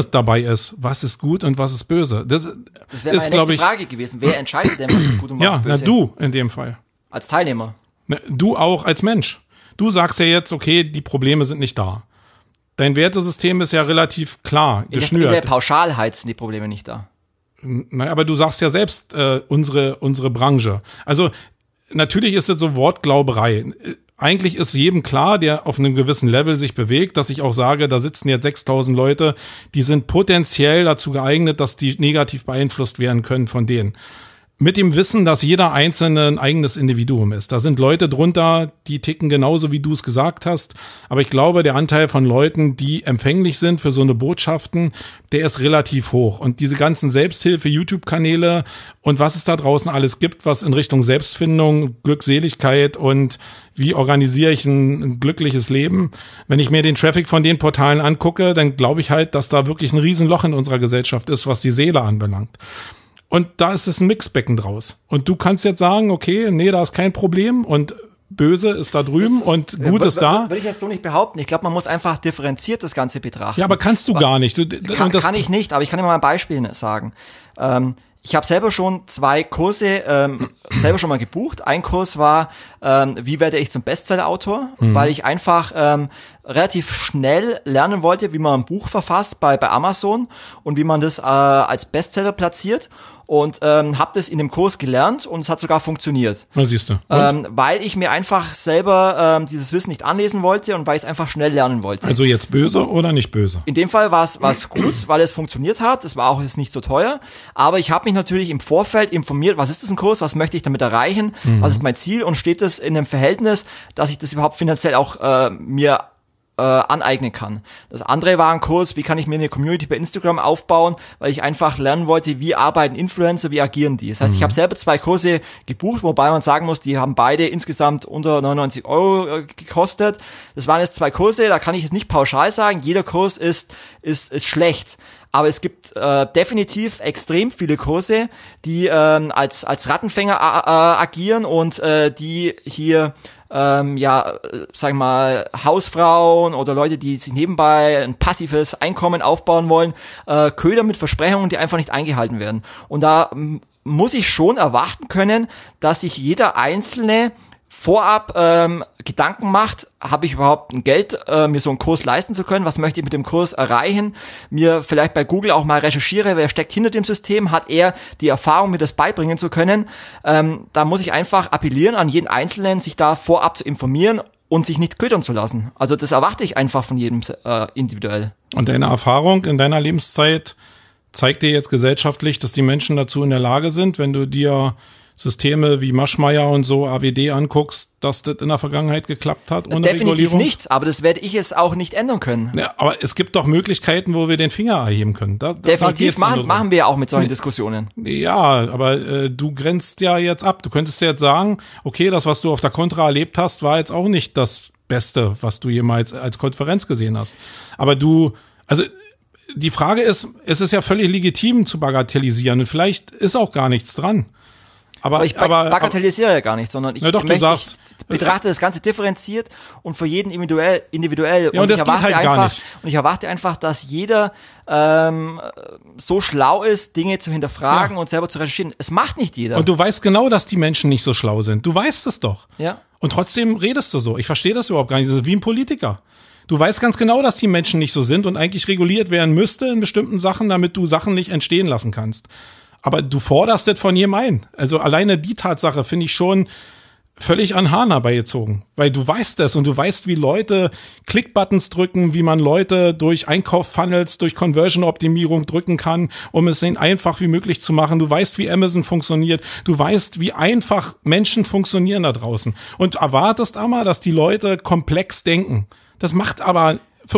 was ist gut und was ist böse. Das wäre meine nächste Frage gewesen. Wer entscheidet denn, was ist gut und was ist böse? Ja, du in dem Fall. Als Teilnehmer. Du auch als Mensch. Du sagst ja jetzt, okay, die Probleme sind nicht da. Dein Wertesystem ist ja relativ klar geschnürt. In der Pauschalheit sind die Probleme nicht da. Naja, aber du sagst ja selbst, unsere Branche. Also natürlich ist es so Wortglauberei. Eigentlich ist jedem klar, der auf einem gewissen Level sich bewegt, dass ich auch sage, da sitzen jetzt 6.000 Leute, die sind potenziell dazu geeignet, dass die negativ beeinflusst werden können von denen. Mit dem Wissen, dass jeder Einzelne ein eigenes Individuum ist. Da sind Leute drunter, die ticken genauso, wie du es gesagt hast. Aber ich glaube, der Anteil von Leuten, die empfänglich sind für so eine Botschaften, der ist relativ hoch. Und diese ganzen Selbsthilfe-YouTube-Kanäle und was es da draußen alles gibt, was in Richtung Selbstfindung, Glückseligkeit und wie organisiere ich ein glückliches Leben. Wenn ich mir den Traffic von den Portalen angucke, dann glaube ich halt, dass da wirklich ein Riesenloch in unserer Gesellschaft ist, was die Seele anbelangt. Und da ist es ein Mixbecken draus. Und du kannst jetzt sagen, okay, nee, da ist kein Problem und böse ist da drüben und gut ist da. Würde ich jetzt so nicht behaupten. Ich glaube, man muss einfach differenziert das Ganze betrachten. Ja, aber kannst du gar nicht. Kann ich nicht, aber ich kann dir mal ein Beispiel sagen. Ich habe selber schon 2 Kurse selber schon mal gebucht. Ein Kurs war, wie werde ich zum Bestseller-Autor, weil ich einfach relativ schnell lernen wollte, wie man ein Buch verfasst bei Amazon und wie man das als Bestseller platziert. Und habe das in dem Kurs gelernt und es hat sogar funktioniert. Na, siehst du. Weil ich mir einfach selber dieses Wissen nicht anlesen wollte und weil ich es einfach schnell lernen wollte. Also jetzt böse oder nicht böse? In dem Fall war es gut, weil es funktioniert hat. Es war auch jetzt nicht so teuer. Aber ich habe mich natürlich im Vorfeld informiert, was ist das ein Kurs, was möchte ich damit erreichen, was ist mein Ziel und steht das in einem Verhältnis, dass ich das überhaupt finanziell auch mir aneignen kann. Das andere war ein Kurs, wie kann ich mir eine Community bei Instagram aufbauen, weil ich einfach lernen wollte, wie arbeiten Influencer, wie agieren die. Das heißt, ich habe selber 2 Kurse gebucht, wobei man sagen muss, die haben beide insgesamt unter 99 € gekostet. Das waren jetzt 2 Kurse, da kann ich jetzt nicht pauschal sagen, jeder Kurs ist schlecht. Aber es gibt definitiv extrem viele Kurse, die als Rattenfänger agieren und die hier sagen wir mal, Hausfrauen oder Leute, die sich nebenbei ein passives Einkommen aufbauen wollen, ködern mit Versprechungen, die einfach nicht eingehalten werden. Und da muss ich schon erwarten können, dass sich jeder Einzelne vorab Gedanken macht, habe ich überhaupt ein Geld, mir so einen Kurs leisten zu können, was möchte ich mit dem Kurs erreichen, mir vielleicht bei Google auch mal recherchiere, wer steckt hinter dem System, hat er die Erfahrung, mir das beibringen zu können, da muss ich einfach appellieren an jeden Einzelnen, sich da vorab zu informieren und sich nicht ködern zu lassen. Also das erwarte ich einfach von jedem individuell. Und deine Erfahrung in deiner Lebenszeit zeigt dir jetzt gesellschaftlich, dass die Menschen dazu in der Lage sind, wenn du dir Systeme wie Maschmeyer und so, AWD anguckst, dass das in der Vergangenheit geklappt hat ohne Definitiv Regulierung? Nicht, aber das werde ich jetzt auch nicht ändern können. Ja, aber es gibt doch Möglichkeiten, wo wir den Finger erheben können. Definitiv machen wir ja auch mit solchen Diskussionen. Ja, aber du grenzt ja jetzt ab. Du könntest ja jetzt sagen, okay, das, was du auf der Contra erlebt hast, war jetzt auch nicht das Beste, was du jemals als Konferenz gesehen hast. Aber die Frage ist, es ist ja völlig legitim zu bagatellisieren und vielleicht ist auch gar nichts dran. Aber ich bagatellisiere ja gar nicht, sondern ich betrachte das Ganze differenziert und für jeden individuell. Ja, und das geht halt gar nicht. Und ich erwarte einfach, dass jeder so schlau ist, Dinge zu hinterfragen und selber zu recherchieren. Es macht nicht jeder. Und du weißt genau, dass die Menschen nicht so schlau sind. Du weißt es doch. Ja. Und trotzdem redest du so. Ich verstehe das überhaupt gar nicht. Das ist wie ein Politiker. Du weißt ganz genau, dass die Menschen nicht so sind und eigentlich reguliert werden müsste in bestimmten Sachen, damit du Sachen nicht entstehen lassen kannst. Aber du forderst das von jedem ein. Also alleine die Tatsache finde ich schon völlig an Hahn herbeigezogen. Weil du weißt das und du weißt, wie Leute Click-Buttons drücken, wie man Leute durch Einkauf-Funnels, durch Conversion-Optimierung drücken kann, um es ihnen einfach wie möglich zu machen. Du weißt, wie Amazon funktioniert. Du weißt, wie einfach Menschen funktionieren da draußen. Und erwartest aber, dass die Leute komplex denken. Das macht aber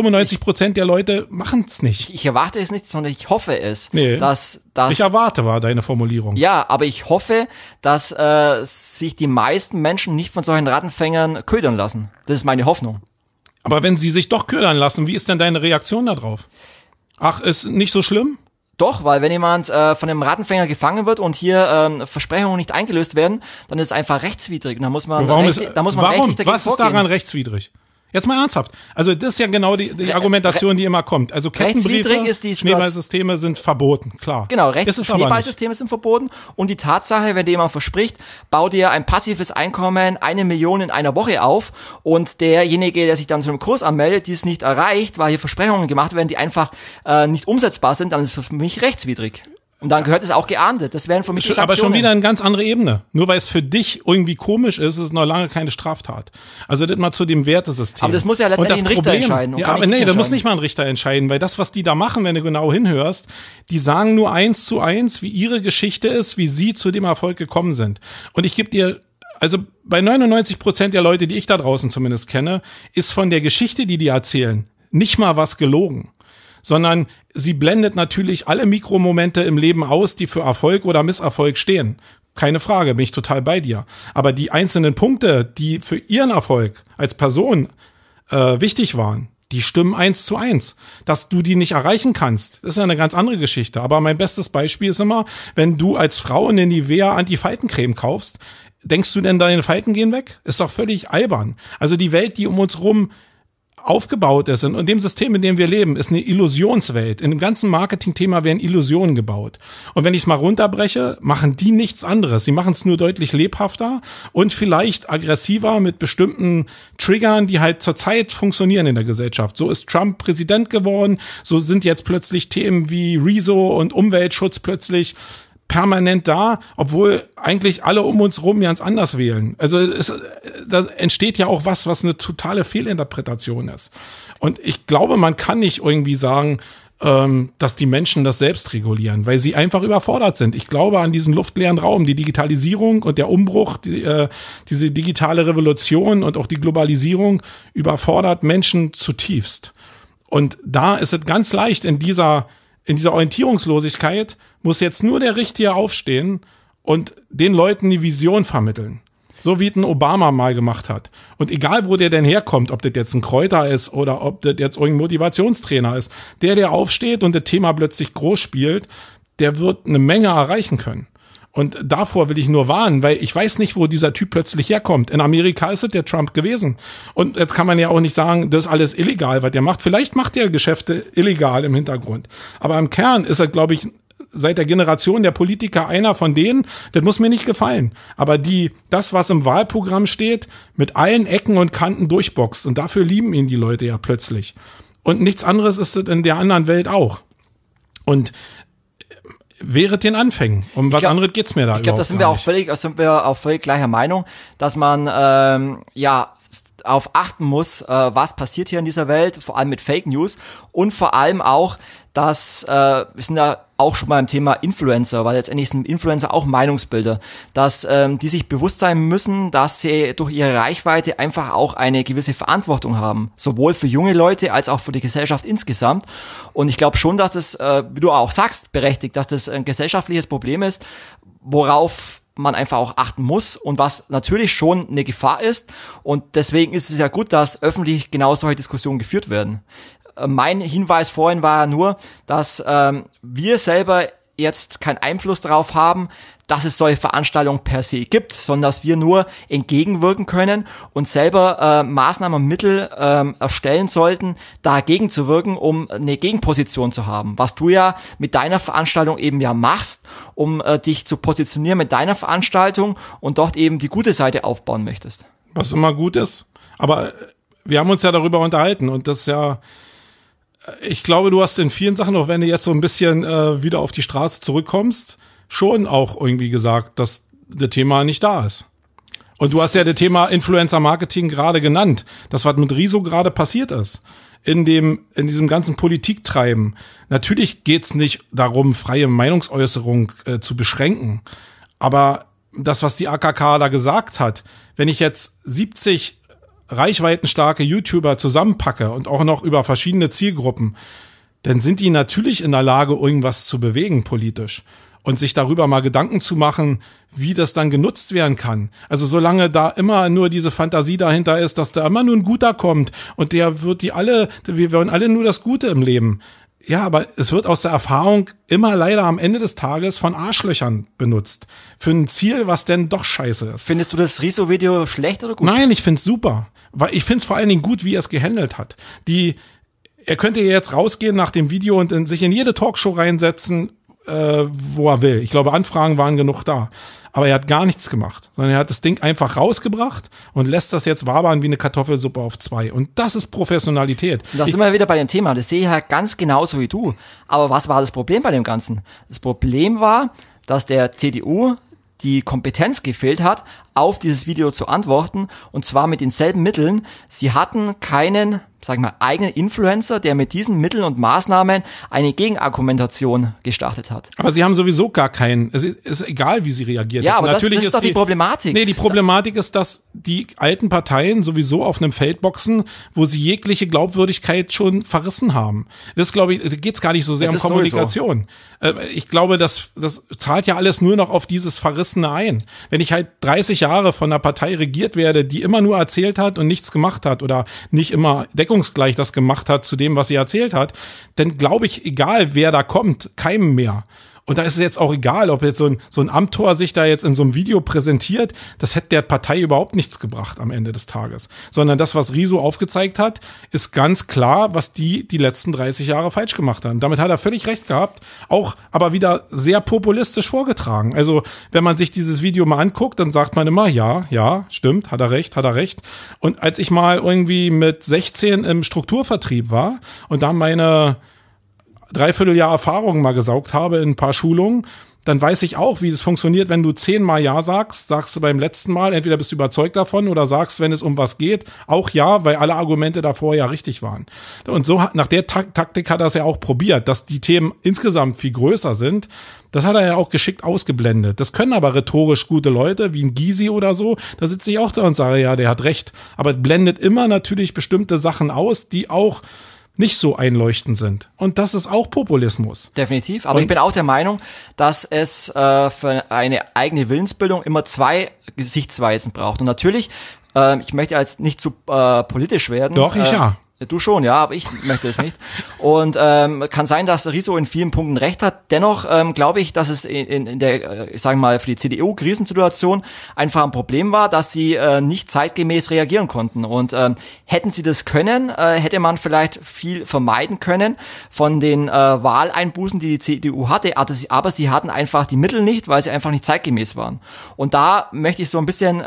95% der Leute machen es nicht. Ich erwarte es nicht, sondern ich hoffe es. Nee, dass ich erwarte, war deine Formulierung. Ja, aber ich hoffe, dass sich die meisten Menschen nicht von solchen Rattenfängern ködern lassen. Das ist meine Hoffnung. Aber wenn sie sich doch ködern lassen, wie ist denn deine Reaktion darauf? Ach, ist nicht so schlimm? Doch, weil wenn jemand von einem Rattenfänger gefangen wird und hier Versprechungen nicht eingelöst werden, dann ist es einfach rechtswidrig. Und da muss man rechtlich dagegen Was ist daran rechtswidrig? Jetzt mal ernsthaft. Also das ist ja genau die Argumentation, die immer kommt. Also Kettenbriefe, Schneeballsysteme sind verboten, klar. Genau, Schneeballsysteme sind verboten und die Tatsache, wenn dir jemand verspricht, bau dir ein passives Einkommen 1 Million in einer Woche auf und derjenige, der sich dann zu einem Kurs anmeldet, dies nicht erreicht, weil hier Versprechungen gemacht werden, die einfach nicht umsetzbar sind, dann ist es für mich rechtswidrig. Und dann gehört es auch geahndet. Das wären für mich die Sanktionen. Aber schon wieder eine ganz andere Ebene. Nur weil es für dich irgendwie komisch ist, ist es noch lange keine Straftat. Also das mal zu dem Wertesystem. Aber das muss ja letztendlich ein Richter entscheiden. Ja, aber nee, das muss nicht mal ein Richter entscheiden, weil das, was die da machen, wenn du genau hinhörst, die sagen nur 1:1, wie ihre Geschichte ist, wie sie zu dem Erfolg gekommen sind. Und ich gebe dir, also bei 99% der Leute, die ich da draußen zumindest kenne, ist von der Geschichte, die erzählen, nicht mal was gelogen. Sondern sie blendet natürlich alle Mikromomente im Leben aus, die für Erfolg oder Misserfolg stehen. Keine Frage, bin ich total bei dir. Aber die einzelnen Punkte, die für ihren Erfolg als Person wichtig waren, die stimmen 1:1. Dass du die nicht erreichen kannst, ist ja eine ganz andere Geschichte. Aber mein bestes Beispiel ist immer, wenn du als Frau eine Nivea Anti-Faltencreme kaufst, denkst du denn, deine Falten gehen weg? Ist doch völlig albern. Also die Welt, die um uns rum aufgebaut ist und dem System, in dem wir leben, ist eine Illusionswelt. In dem ganzen Marketing-Thema werden Illusionen gebaut. Und wenn ich es mal runterbreche, machen die nichts anderes. Sie machen es nur deutlich lebhafter und vielleicht aggressiver mit bestimmten Triggern, die halt zurzeit funktionieren in der Gesellschaft. So ist Trump Präsident geworden, so sind jetzt plötzlich Themen wie Rezo und Umweltschutz plötzlich permanent da, obwohl eigentlich alle um uns rum ganz anders wählen. Also da entsteht ja auch was eine totale Fehlinterpretation ist. Und ich glaube, man kann nicht irgendwie sagen, dass die Menschen das selbst regulieren, weil sie einfach überfordert sind. Ich glaube an diesen luftleeren Raum, die Digitalisierung und der Umbruch, diese digitale Revolution und auch die Globalisierung überfordert Menschen zutiefst. Und da ist es ganz leicht in dieser Orientierungslosigkeit muss jetzt nur der Richtige aufstehen und den Leuten die Vision vermitteln. So wie es ein Obama mal gemacht hat. Und egal, wo der denn herkommt, ob das jetzt ein Kräuter ist oder ob das jetzt irgendein Motivationstrainer ist, der aufsteht und das Thema plötzlich groß spielt, der wird eine Menge erreichen können. Und davor will ich nur warnen, weil ich weiß nicht, wo dieser Typ plötzlich herkommt. In Amerika ist es der Trump gewesen. Und jetzt kann man ja auch nicht sagen, das ist alles illegal, was der macht. Vielleicht macht der Geschäfte illegal im Hintergrund. Aber im Kern ist er, glaube ich, seit der Generation der Politiker einer von denen, das muss mir nicht gefallen. Aber das, was im Wahlprogramm steht, mit allen Ecken und Kanten durchboxt. Und dafür lieben ihn die Leute ja plötzlich. Und nichts anderes ist es in der anderen Welt auch. Und wäre den Anfängen. Um was anderes geht's mir da. Ich glaube, da sind wir auch völlig gleicher Meinung, dass man auf achten muss, was passiert hier in dieser Welt, vor allem mit Fake News und vor allem auch, dass wir sind ja auch schon beim Thema Influencer, weil letztendlich sind Influencer auch Meinungsbilder, dass die sich bewusst sein müssen, dass sie durch ihre Reichweite einfach auch eine gewisse Verantwortung haben, sowohl für junge Leute als auch für die Gesellschaft insgesamt. Und ich glaube schon, dass das, wie du auch sagst, berechtigt, dass das ein gesellschaftliches Problem ist, worauf man einfach auch achten muss und was natürlich schon eine Gefahr ist. Und deswegen ist es ja gut, dass öffentlich genau solche Diskussionen geführt werden. Mein Hinweis vorhin war nur, dass wir selber jetzt keinen Einfluss darauf haben, dass es solche Veranstaltungen per se gibt, sondern dass wir nur entgegenwirken können und selber Maßnahmen und Mittel erstellen sollten, dagegen zu wirken, um eine Gegenposition zu haben. Was du ja mit deiner Veranstaltung eben ja machst, um dich zu positionieren mit deiner Veranstaltung und dort eben die gute Seite aufbauen möchtest. Was immer gut ist. Aber wir haben uns ja darüber unterhalten und das ist ja, ich glaube, du hast in vielen Sachen, auch wenn du jetzt so ein bisschen wieder auf die Straße zurückkommst, schon auch irgendwie gesagt, dass das Thema nicht da ist. Und du hast ja das Thema Influencer-Marketing gerade genannt. Das, was mit Riso gerade passiert ist. In diesem ganzen Politiktreiben. Natürlich geht's nicht darum, freie Meinungsäußerung zu beschränken. Aber das, was die AKK da gesagt hat, wenn ich jetzt 70 reichweitenstarke YouTuber zusammenpacke und auch noch über verschiedene Zielgruppen, dann sind die natürlich in der Lage, irgendwas zu bewegen politisch und sich darüber mal Gedanken zu machen, wie das dann genutzt werden kann. Also solange da immer nur diese Fantasie dahinter ist, dass da immer nur ein Guter kommt und wir wollen alle nur das Gute im Leben. Ja, aber es wird aus der Erfahrung immer leider am Ende des Tages von Arschlöchern benutzt. Für ein Ziel, was denn doch scheiße ist. Findest du das Riso-Video schlecht oder gut? Nein, ich find's super. Weil ich find's vor allen Dingen gut, wie er es gehandelt hat. Er könnte jetzt rausgehen nach dem Video und sich in jede Talkshow reinsetzen, wo er will. Ich glaube, Anfragen waren genug da. Aber er hat gar nichts gemacht, sondern er hat das Ding einfach rausgebracht und lässt das jetzt wabern wie eine Kartoffelsuppe auf 2. Und das ist Professionalität. Und da sind wir wieder bei dem Thema. Das sehe ich halt ganz genauso wie du. Aber was war das Problem bei dem Ganzen? Das Problem war, dass der CDU die Kompetenz gefehlt hat, auf dieses Video zu antworten, und zwar mit denselben Mitteln. Sie hatten keinen, sagen wir, eigenen Influencer, der mit diesen Mitteln und Maßnahmen eine Gegenargumentation gestartet hat. Aber sie haben sowieso gar keinen, es ist egal, wie sie reagiert. Ja, aber natürlich das ist doch die Problematik. Nee, die Problematik ist, dass die alten Parteien sowieso auf einem Feld boxen, wo sie jegliche Glaubwürdigkeit schon verrissen haben. Das, glaube ich, da geht's gar nicht so sehr um Kommunikation. Ich glaube, das zahlt ja alles nur noch auf dieses Verrissene ein. Wenn ich halt 30 Jahre von einer Partei regiert werde, die immer nur erzählt hat und nichts gemacht hat oder nicht immer deckungsgleich das gemacht hat zu dem, was sie erzählt hat, dann glaube ich, egal wer da kommt, keinem mehr. Und da ist es jetzt auch egal, ob jetzt so ein Amthor sich da jetzt in so einem Video präsentiert, das hätte der Partei überhaupt nichts gebracht am Ende des Tages. Sondern das, was Riso aufgezeigt hat, ist ganz klar, was die letzten 30 Jahre falsch gemacht haben. Damit hat er völlig recht gehabt, auch aber wieder sehr populistisch vorgetragen. Also wenn man sich dieses Video mal anguckt, dann sagt man immer, ja, stimmt, hat er recht. Und als ich mal irgendwie mit 16 im Strukturvertrieb war und da meine Dreivierteljahr Erfahrung mal gesaugt habe in ein paar Schulungen, dann weiß ich auch, wie es funktioniert, wenn du 10-mal Ja sagst du beim letzten Mal, entweder bist du überzeugt davon oder sagst, wenn es um was geht, auch ja, weil alle Argumente davor ja richtig waren. Und so nach der Taktik hat er es ja auch probiert, dass die Themen insgesamt viel größer sind. Das hat er ja auch geschickt ausgeblendet. Das können aber rhetorisch gute Leute, wie ein Gysi oder so, da sitze ich auch da und sage, ja, der hat recht. Aber blendet immer natürlich bestimmte Sachen aus, die auch nicht so einleuchtend sind. Und das ist auch Populismus. Definitiv. Aber ich bin auch der Meinung, dass es für eine eigene Willensbildung immer 2 Gesichtsweisen braucht. Und natürlich, ich möchte jetzt nicht zu politisch werden. Doch, ja. Du schon, ja, aber ich möchte es nicht. Und kann sein, dass Riso in vielen Punkten recht hat. Dennoch glaube ich, dass es in der, ich sage mal, für die CDU-Krisensituation einfach ein Problem war, dass sie nicht zeitgemäß reagieren konnten. Und hätten sie das können, hätte man vielleicht viel vermeiden können von den Wahleinbußen, die CDU hatte. Aber sie hatten einfach die Mittel nicht, weil sie einfach nicht zeitgemäß waren. Und da möchte ich so ein bisschen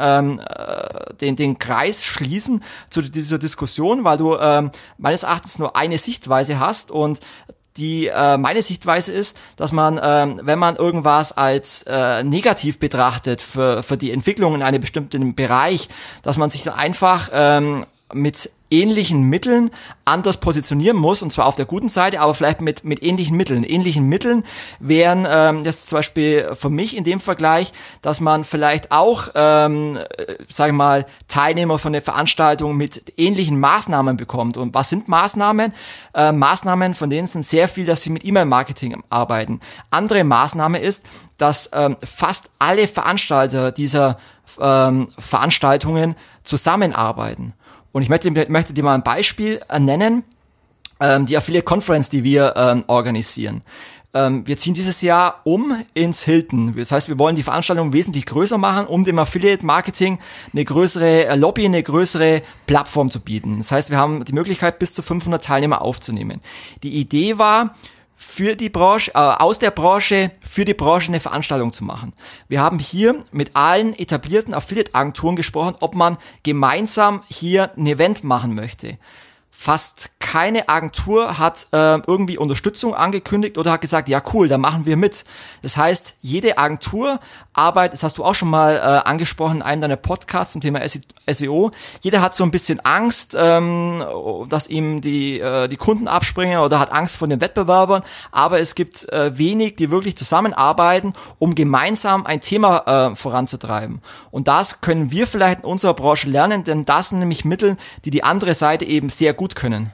den Kreis schließen zu dieser Diskussion, weil du meines Erachtens nur eine Sichtweise hast, und meine Sichtweise ist, dass man, wenn man irgendwas als negativ betrachtet für die Entwicklung in einem bestimmten Bereich, dass man sich dann einfach mit ähnlichen Mitteln anders positionieren muss, und zwar auf der guten Seite, aber vielleicht mit ähnlichen Mitteln. Ähnlichen Mitteln wären jetzt zum Beispiel für mich in dem Vergleich, dass man vielleicht auch, sage ich mal, Teilnehmer von der Veranstaltung mit ähnlichen Maßnahmen bekommt. Und was sind Maßnahmen? Maßnahmen, von denen sind sehr viel, dass sie mit E-Mail-Marketing arbeiten. Andere Maßnahme ist, dass fast alle Veranstalter dieser Veranstaltungen zusammenarbeiten. Und ich möchte dir mal ein Beispiel nennen, die Affiliate Conference, die wir organisieren. Wir ziehen dieses Jahr ins Hilton. Das heißt, wir wollen die Veranstaltung wesentlich größer machen, um dem Affiliate-Marketing eine größere Lobby, eine größere Plattform zu bieten. Das heißt, wir haben die Möglichkeit, bis zu 500 Teilnehmer aufzunehmen. Die Idee war, für die Branche, aus der Branche, für die Branche eine Veranstaltung zu machen. Wir haben hier mit allen etablierten Affiliate-Agenturen gesprochen, ob man gemeinsam hier ein Event machen möchte. Fast keine Agentur hat irgendwie Unterstützung angekündigt oder hat gesagt, ja cool, da machen wir mit. Das heißt, jede Agentur arbeitet, das hast du auch schon mal angesprochen in einem deiner Podcasts zum Thema SEO, jeder hat so ein bisschen Angst, dass ihm die Kunden abspringen oder hat Angst vor den Wettbewerbern, aber es gibt wenig, die wirklich zusammenarbeiten, um gemeinsam ein Thema voranzutreiben. Und das können wir vielleicht in unserer Branche lernen, denn das sind nämlich Mittel, die andere Seite eben sehr gut können.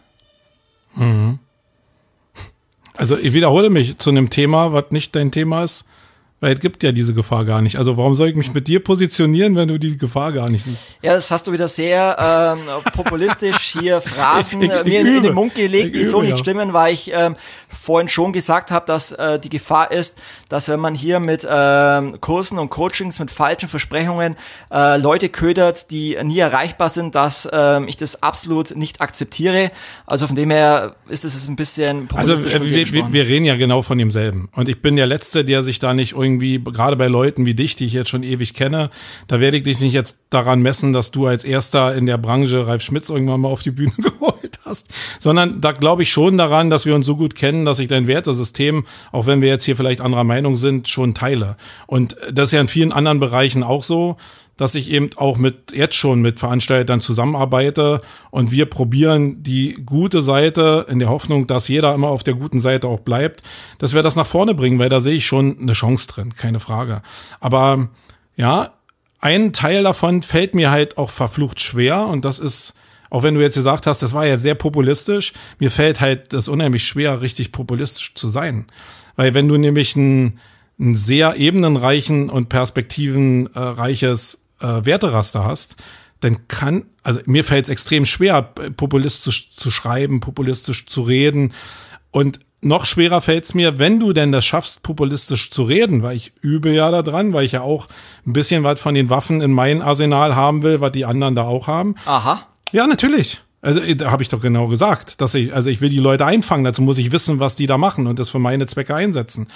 Also ich wiederhole mich zu einem Thema, was nicht dein Thema ist, weil es gibt ja diese Gefahr gar nicht. Also warum soll ich mich mit dir positionieren, wenn du die Gefahr gar nicht siehst? Ja, das hast du wieder sehr populistisch hier Phrasen mir in den Mund gelegt, die so nicht stimmen, weil ich vorhin schon gesagt habe, dass die Gefahr ist, dass wenn man hier mit Kursen und Coachings mit falschen Versprechungen Leute ködert, die nie erreichbar sind, dass ich das absolut nicht akzeptiere. Also von dem her ist es ein bisschen populistisch. Also wir reden ja genau von demselben. Und ich bin der Letzte, der sich da nicht irgendwie, gerade bei Leuten wie dich, die ich jetzt schon ewig kenne, da werde ich dich nicht jetzt daran messen, dass du als Erster in der Branche Ralf Schmitz irgendwann mal auf die Bühne geholt hast, sondern da glaube ich schon daran, dass wir uns so gut kennen, dass ich dein Wertesystem, auch wenn wir jetzt hier vielleicht anderer Meinung sind, schon teile. Und das ist ja in vielen anderen Bereichen auch so, dass ich eben auch jetzt schon mit Veranstaltern zusammenarbeite und wir probieren die gute Seite in der Hoffnung, dass jeder immer auf der guten Seite auch bleibt, dass wir das nach vorne bringen, weil da sehe ich schon eine Chance drin, keine Frage. Aber ja, ein Teil davon fällt mir halt auch verflucht schwer und das ist, auch wenn du jetzt gesagt hast, das war jetzt sehr populistisch, mir fällt halt das unheimlich schwer, richtig populistisch zu sein. Weil wenn du nämlich ein sehr ebenenreichen und perspektivenreiches Werteraster hast, dann also mir fällt es extrem schwer, populistisch zu schreiben, populistisch zu reden und noch schwerer fällt es mir, wenn du denn das schaffst, populistisch zu reden, weil ich übe ja da dran, weil ich ja auch ein bisschen was von den Waffen in mein Arsenal haben will, was die anderen da auch haben. Aha. Ja, natürlich. Also da habe ich doch genau gesagt, dass ich will die Leute einfangen, dazu muss ich wissen, was die da machen und das für meine Zwecke einsetzen.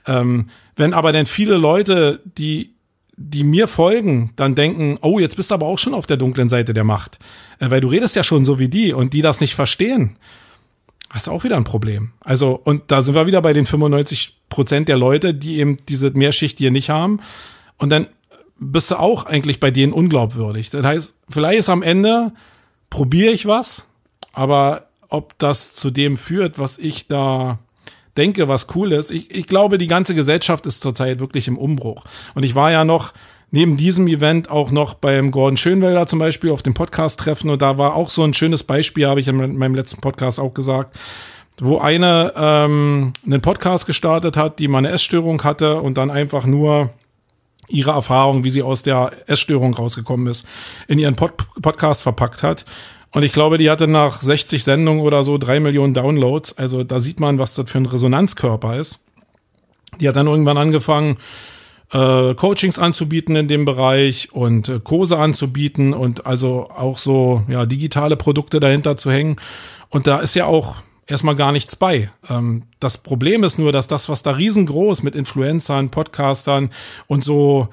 Wenn aber dann viele Leute, die mir folgen, dann denken, oh, jetzt bist du aber auch schon auf der dunklen Seite der Macht, weil du redest ja schon so wie die und die das nicht verstehen, hast du auch wieder ein Problem. Also, und da sind wir wieder bei den 95% der Leute, die eben diese Mehrschicht hier nicht haben und dann bist du auch eigentlich bei denen unglaubwürdig. Das heißt, vielleicht ist am Ende, probiere ich was, aber ob das zu dem führt, was ich da denke, was cool ist. Ich glaube, die ganze Gesellschaft ist zurzeit wirklich im Umbruch. Und ich war ja noch neben diesem Event auch noch beim Gordon Schönwelder zum Beispiel auf dem Podcast-Treffen und da war auch so ein schönes Beispiel, habe ich in meinem letzten Podcast auch gesagt, wo eine einen Podcast gestartet hat, die mal eine Essstörung hatte und dann einfach nur ihre Erfahrung, wie sie aus der Essstörung rausgekommen ist, in ihren Podcast verpackt hat. Und ich glaube, die hatte nach 60 Sendungen oder so 3 Millionen Downloads. Also da sieht man, was das für ein Resonanzkörper ist. Die hat dann irgendwann angefangen, Coachings anzubieten in dem Bereich und Kurse anzubieten und also auch so ja digitale Produkte dahinter zu hängen. Und da ist ja auch erstmal gar nichts bei. Das Problem ist nur, dass das, was da riesengroß mit Influencern, Podcastern und so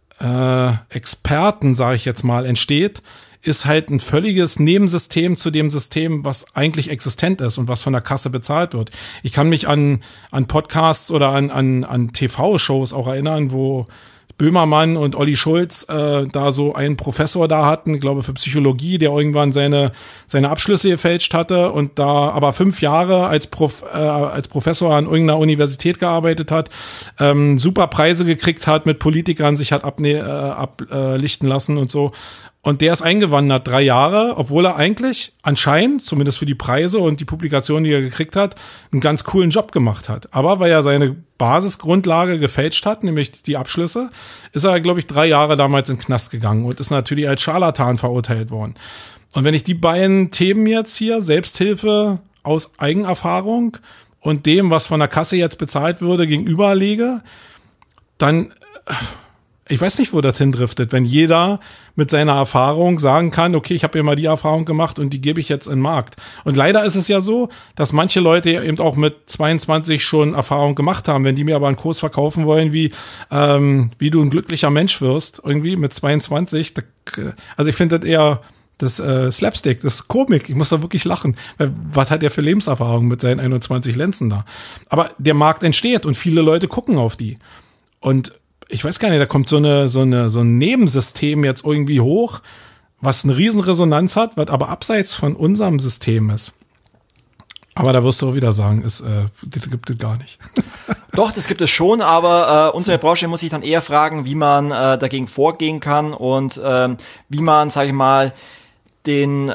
Experten, sage ich jetzt mal, entsteht, ist halt ein völliges Nebensystem zu dem System, was eigentlich existent ist und was von der Kasse bezahlt wird. Ich kann mich an Podcasts oder an TV-Shows auch erinnern, wo Böhmermann und Olli Schulz da so einen Professor da hatten, ich glaube für Psychologie, der irgendwann seine Abschlüsse gefälscht hatte und da aber 5 Jahre als Professor an irgendeiner Universität gearbeitet hat, super Preise gekriegt hat, mit Politikern sich hat ablichten lassen und so. Und der ist eingewandert 3 Jahre, obwohl er eigentlich anscheinend, zumindest für die Preise und die Publikationen, die er gekriegt hat, einen ganz coolen Job gemacht hat. Aber weil er seine Basisgrundlage gefälscht hat, nämlich die Abschlüsse, ist er, glaube ich, 3 Jahre damals in den Knast gegangen und ist natürlich als Scharlatan verurteilt worden. Und wenn ich die beiden Themen jetzt hier, Selbsthilfe aus Eigenerfahrung und dem, was von der Kasse jetzt bezahlt würde, gegenüberlege, dann, ich weiß nicht, wo das hindriftet, wenn jeder mit seiner Erfahrung sagen kann, okay, ich habe hier mal die Erfahrung gemacht und die gebe ich jetzt in den Markt. Und leider ist es ja so, dass manche Leute eben auch mit 22 schon Erfahrung gemacht haben. Wenn die mir aber einen Kurs verkaufen wollen, wie du ein glücklicher Mensch wirst, irgendwie mit 22, also ich finde das eher das Slapstick, das Komik. Ich muss da wirklich lachen. Was hat der für Lebenserfahrung mit seinen 21 Lenzen da? Aber der Markt entsteht und viele Leute gucken auf die. Und ich weiß gar nicht, da kommt so ein Nebensystem jetzt irgendwie hoch, was eine riesen Resonanz hat, was aber abseits von unserem System ist. Aber da wirst du auch wieder sagen, das gibt es gar nicht. Doch, das gibt es schon, aber unsere Branche muss sich dann eher fragen, wie man dagegen vorgehen kann und wie man, sage ich mal, den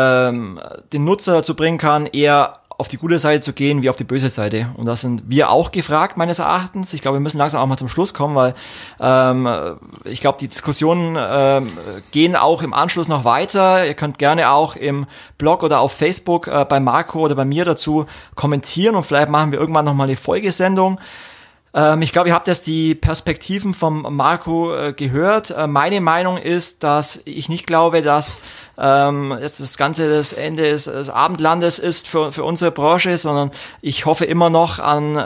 Nutzer dazu bringen kann, eher auf die gute Seite zu gehen, wie auf die böse Seite. Und da sind wir auch gefragt, meines Erachtens. Ich glaube, wir müssen langsam auch mal zum Schluss kommen, weil ich glaube, die Diskussionen gehen auch im Anschluss noch weiter. Ihr könnt gerne auch im Blog oder auf Facebook bei Marco oder bei mir dazu kommentieren und vielleicht machen wir irgendwann nochmal eine Folgesendung. Ich glaube, ihr habt jetzt die Perspektiven vom Marco gehört. Meine Meinung ist, dass ich nicht glaube, dass jetzt das Ganze das Ende des Abendlandes ist für unsere Branche, sondern ich hoffe immer noch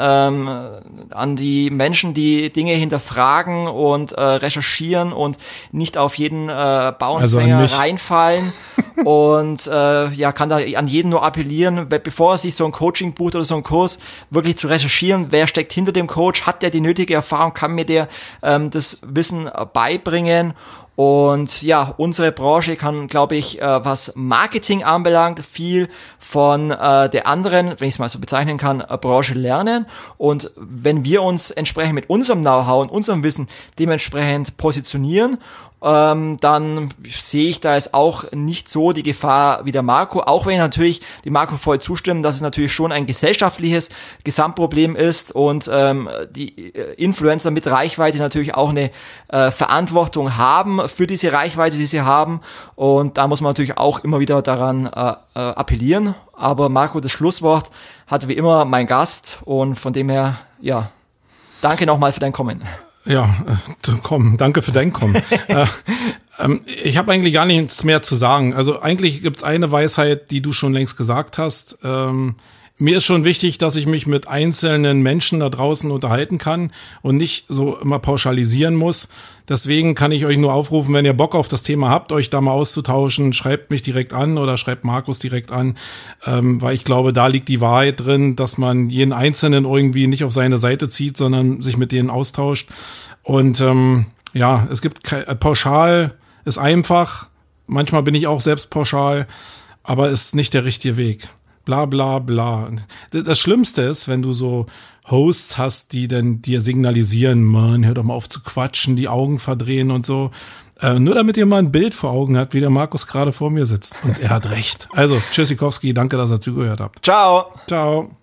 an die Menschen, die Dinge hinterfragen und recherchieren und nicht auf jeden Bauernfänger reinfallen. Und kann da an jeden nur appellieren, bevor er sich so ein Coaching bucht oder so einen Kurs, wirklich zu recherchieren, wer steckt hinter dem Coach, hat der die nötige Erfahrung, kann mir der das Wissen beibringen. Und ja, unsere Branche kann, glaube ich, was Marketing anbelangt, viel von der anderen, wenn ich es mal so bezeichnen kann, Branche lernen. Und wenn wir uns entsprechend mit unserem Know-how und unserem Wissen dementsprechend positionieren, dann sehe ich da jetzt auch nicht so die Gefahr wie der Marco, auch wenn natürlich die Marco voll zustimmen, dass es natürlich schon ein gesellschaftliches Gesamtproblem ist und die Influencer mit Reichweite natürlich auch eine Verantwortung haben für diese Reichweite, die sie haben, und da muss man natürlich auch immer wieder daran appellieren. Aber Marco, das Schlusswort hat wie immer mein Gast, und von dem her, ja, danke nochmal für dein Kommen. Ja, danke für dein Kommen. Ich habe eigentlich gar nichts mehr zu sagen. Also eigentlich gibt's eine Weisheit, die du schon längst gesagt hast. Mir ist schon wichtig, dass ich mich mit einzelnen Menschen da draußen unterhalten kann und nicht so immer pauschalisieren muss. Deswegen kann ich euch nur aufrufen, wenn ihr Bock auf das Thema habt, euch da mal auszutauschen, schreibt mich direkt an oder schreibt Markus direkt an, weil ich glaube, da liegt die Wahrheit drin, dass man jeden Einzelnen irgendwie nicht auf seine Seite zieht, sondern sich mit denen austauscht. Und es gibt pauschal ist einfach, manchmal bin ich auch selbst pauschal, aber ist nicht der richtige Weg. Bla bla bla. Das Schlimmste ist, wenn du so Hosts hast, die dann dir signalisieren, Mann, hör doch mal auf zu quatschen, die Augen verdrehen und so. Nur damit ihr mal ein Bild vor Augen habt, wie der Markus gerade vor mir sitzt. Und er hat recht. Also, Tschüssikowski, danke, dass ihr zugehört habt. Ciao. Ciao.